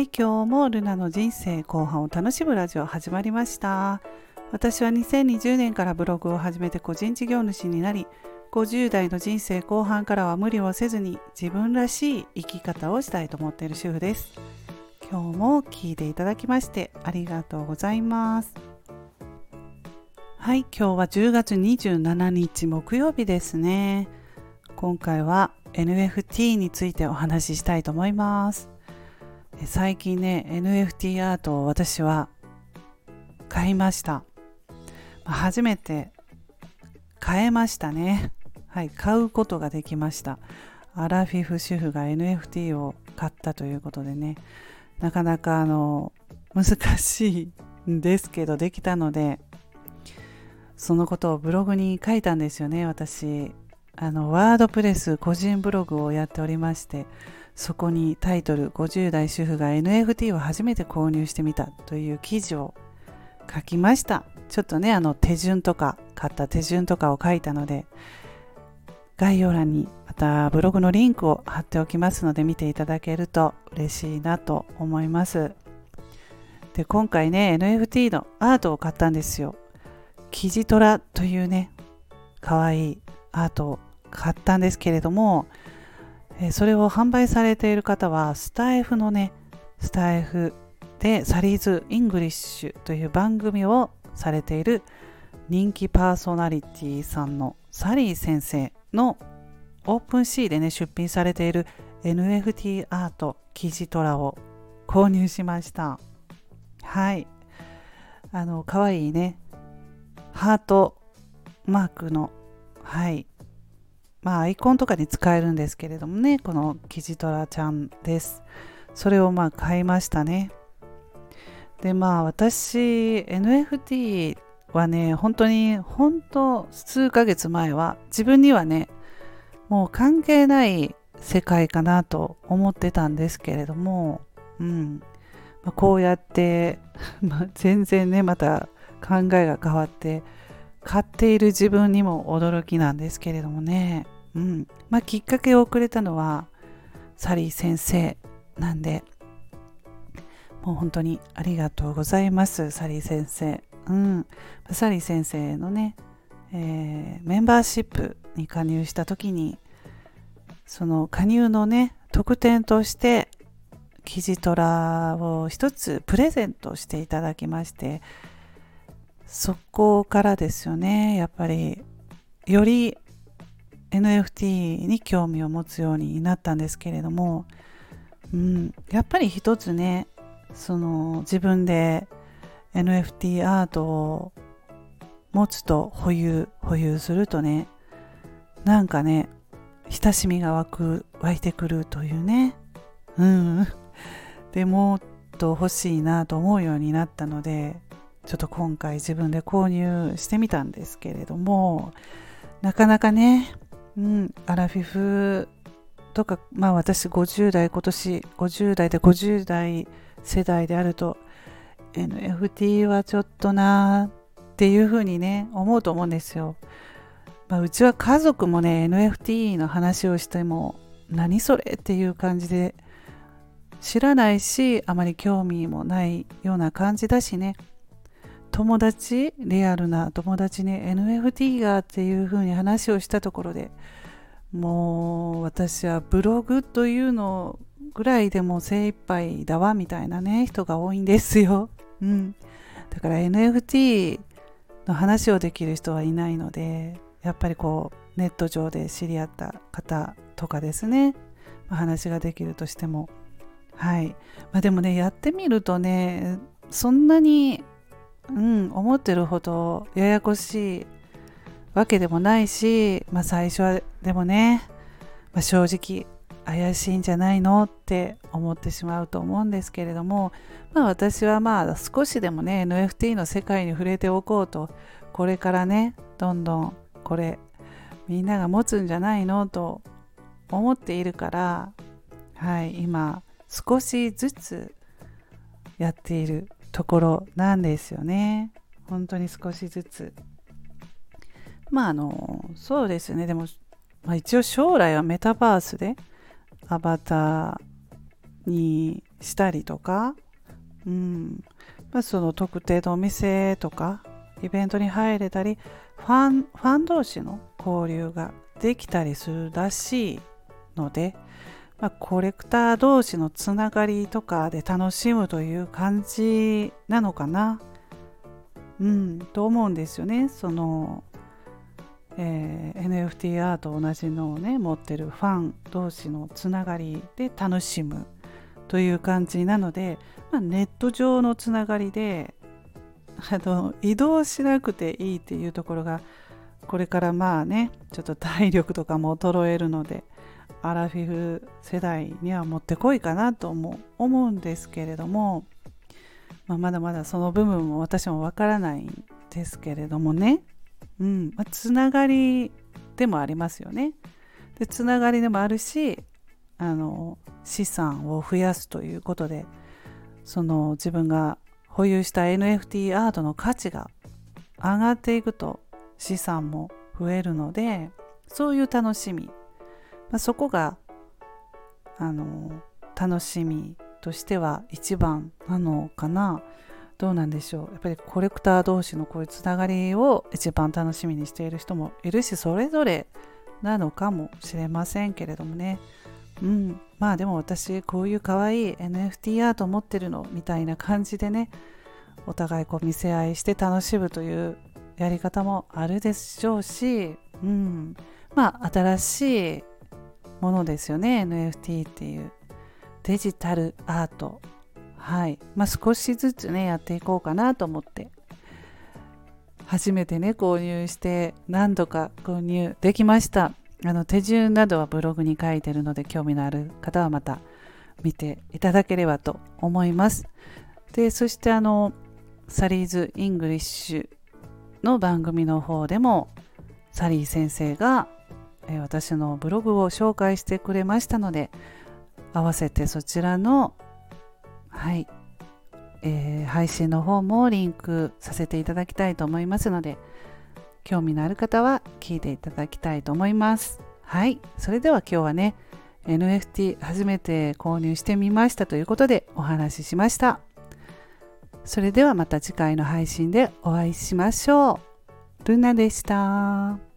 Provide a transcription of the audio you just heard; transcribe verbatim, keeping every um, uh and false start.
い、今日もルナの人生後半を楽しむラジオ始まりました。私はにせんにじゅうねんからブログを始めて個人事業主になり、ごじゅう代の人生後半からは無理をせずに自分らしい生き方をしたいと思っている主婦です。今日も聞いていただきましてありがとうございます。はい、今日はじゅうがつにじゅうしちにち木曜日ですね。今回は エヌエフティー についてお話ししたいと思います。最近ね エヌエフティー アートを私は買いました。初めて買えましたね。はい、買うことができました。アラフィフ主婦が エヌエフティー を買ったということでね、なかなかあの難しいんですけどできたので、そのことをブログに書いたんですよね。私あのワードプレス個人ブログをやっておりまして、そこにタイトルごじゅう代主婦が エヌエフティー を初めて購入してみたという記事を書きました。ちょっとねあの手順とか買った手順とかを書いたので、概要欄にまたブログのリンクを貼っておきますので見ていただけると嬉しいなと思います。で、今回ね エヌエフティー のアートを買ったんですよ。キジトラというねかわいいアートを買ったんですけれども、えー、それを販売されている方はスタイフのねスタイフでサリーズイングリッシュという番組をされている人気パーソナリティさんのサリー先生のオープンシーでね出品されている エヌエフティー アートキジトラを購入しました。はい、あのかわいいねハートマークの、はいまあアイコンとかに使えるんですけれどもね、このキジトラちゃんです。それをまあ買いましたね。でまあ私 エヌエフティー はね本当に本当数ヶ月前は自分にはねもう関係ない世界かなと思ってたんですけれども、うんまあ、こうやって、まあ、全然ねまた考えが変わって買っている自分にも驚きなんですけれどもね、うんまあ、きっかけをくれたのはサリー先生なんで、もう本当にありがとうございますサリー先生。うん、サリー先生のね、えー、メンバーシップに加入した時にその加入のね特典としてキジトラを一つプレゼントしていただきまして、そこからですよねやっぱりより エヌエフティー に興味を持つようになったんですけれども、うん、やっぱり一つねその自分で エヌエフティー アートを持つと保有保有するとねなんかね親しみが湧く湧いてくるというね、うんでもっと欲しいなと思うようになったので、ちょっと今回自分で購入してみたんですけれども、なかなかね、うん、アラフィフとかまあ私ごじゅう代今年ごじゅう代でごじゅう代世代であると エヌエフティー はちょっとなっていうふうにね思うと思うんですよ。まあ、うちは家族もね エヌエフティー の話をしても何それっていう感じで知らないし、あまり興味もないような感じだしね、友達リアルな友達に エヌエフティー がっていう風に話をしたところで、もう私はブログというのぐらいでも精一杯だわみたいなね人が多いんですよ、うん、だから エヌエフティー の話をできる人はいないので、やっぱりこうネット上で知り合った方とかですね、まあ、話ができるとしてもはい、まあ、でもねやってみるとねそんなに、うん、思ってるほどややこしいわけでもないし、まあ、最初はでもね、まあ、正直怪しいんじゃないのって思ってしまうと思うんですけれども、まあ、私はまあ少しでもね エヌエフティー の世界に触れておこうと、これからねどんどんこれみんなが持つんじゃないのと思っているから、はい、今少しずつやっているところなんですよね。本当に少しずつ。まああのそうですね。でも、まあ、一応将来はメタバースでアバターにしたりとか、うんまあ、その特定のお店とかイベントに入れたり、ファン、ファン同士の交流ができたりするらしいので、まあ、コレクター同士のつながりとかで楽しむという感じなのかな、うん、と思うんですよね。その、えー、エヌエフティー アート同じのをね持ってるファン同士のつながりで楽しむという感じなので、まあ、ネット上のつながりであの移動しなくていいっていうところがこれからまあねちょっと体力とかも衰えるのでアラフィフ世代にはもってこいかなとも思うんですけれども、まあ、まだまだその部分も私もわからないんですけれどもね、うんまあ、つながりでもありますよね。でつながりでもあるし、あの資産を増やすということで、その自分が保有した エヌエフティー アートの価値が上がっていくと資産も増えるので、そういう楽しみ、まあ、そこがあの楽しみとしては一番なのかな。どうなんでしょう。やっぱりコレクター同士のこういうつながりを一番楽しみにしている人もいるし、それぞれなのかもしれませんけれどもね。うん、まあでも私こういう可愛い エヌエフティー アート持ってるのみたいな感じでね、お互いこう見せ合いして楽しむというやり方もあるでしょうし、うん、まあ新しいものですよね。 エヌエフティー っていうデジタルアート、はいまあ、少しずつねやっていこうかなと思って、初めてね購入して何度か購入できました。あの手順などはブログに書いてるので、興味のある方はまた見ていただければと思います。でそしてあのサリーズイングリッシュの番組の方でもサリー先生が、えー、私のブログを紹介してくれましたので、合わせてそちらのはい、えー、配信の方もリンクさせていただきたいと思いますので、興味のある方は聞いていただきたいと思います。はい、それでは今日はね エヌエフティー 初めて購入してみましたということでお話ししました。それではまた次回の配信でお会いしましょう。ルナでした。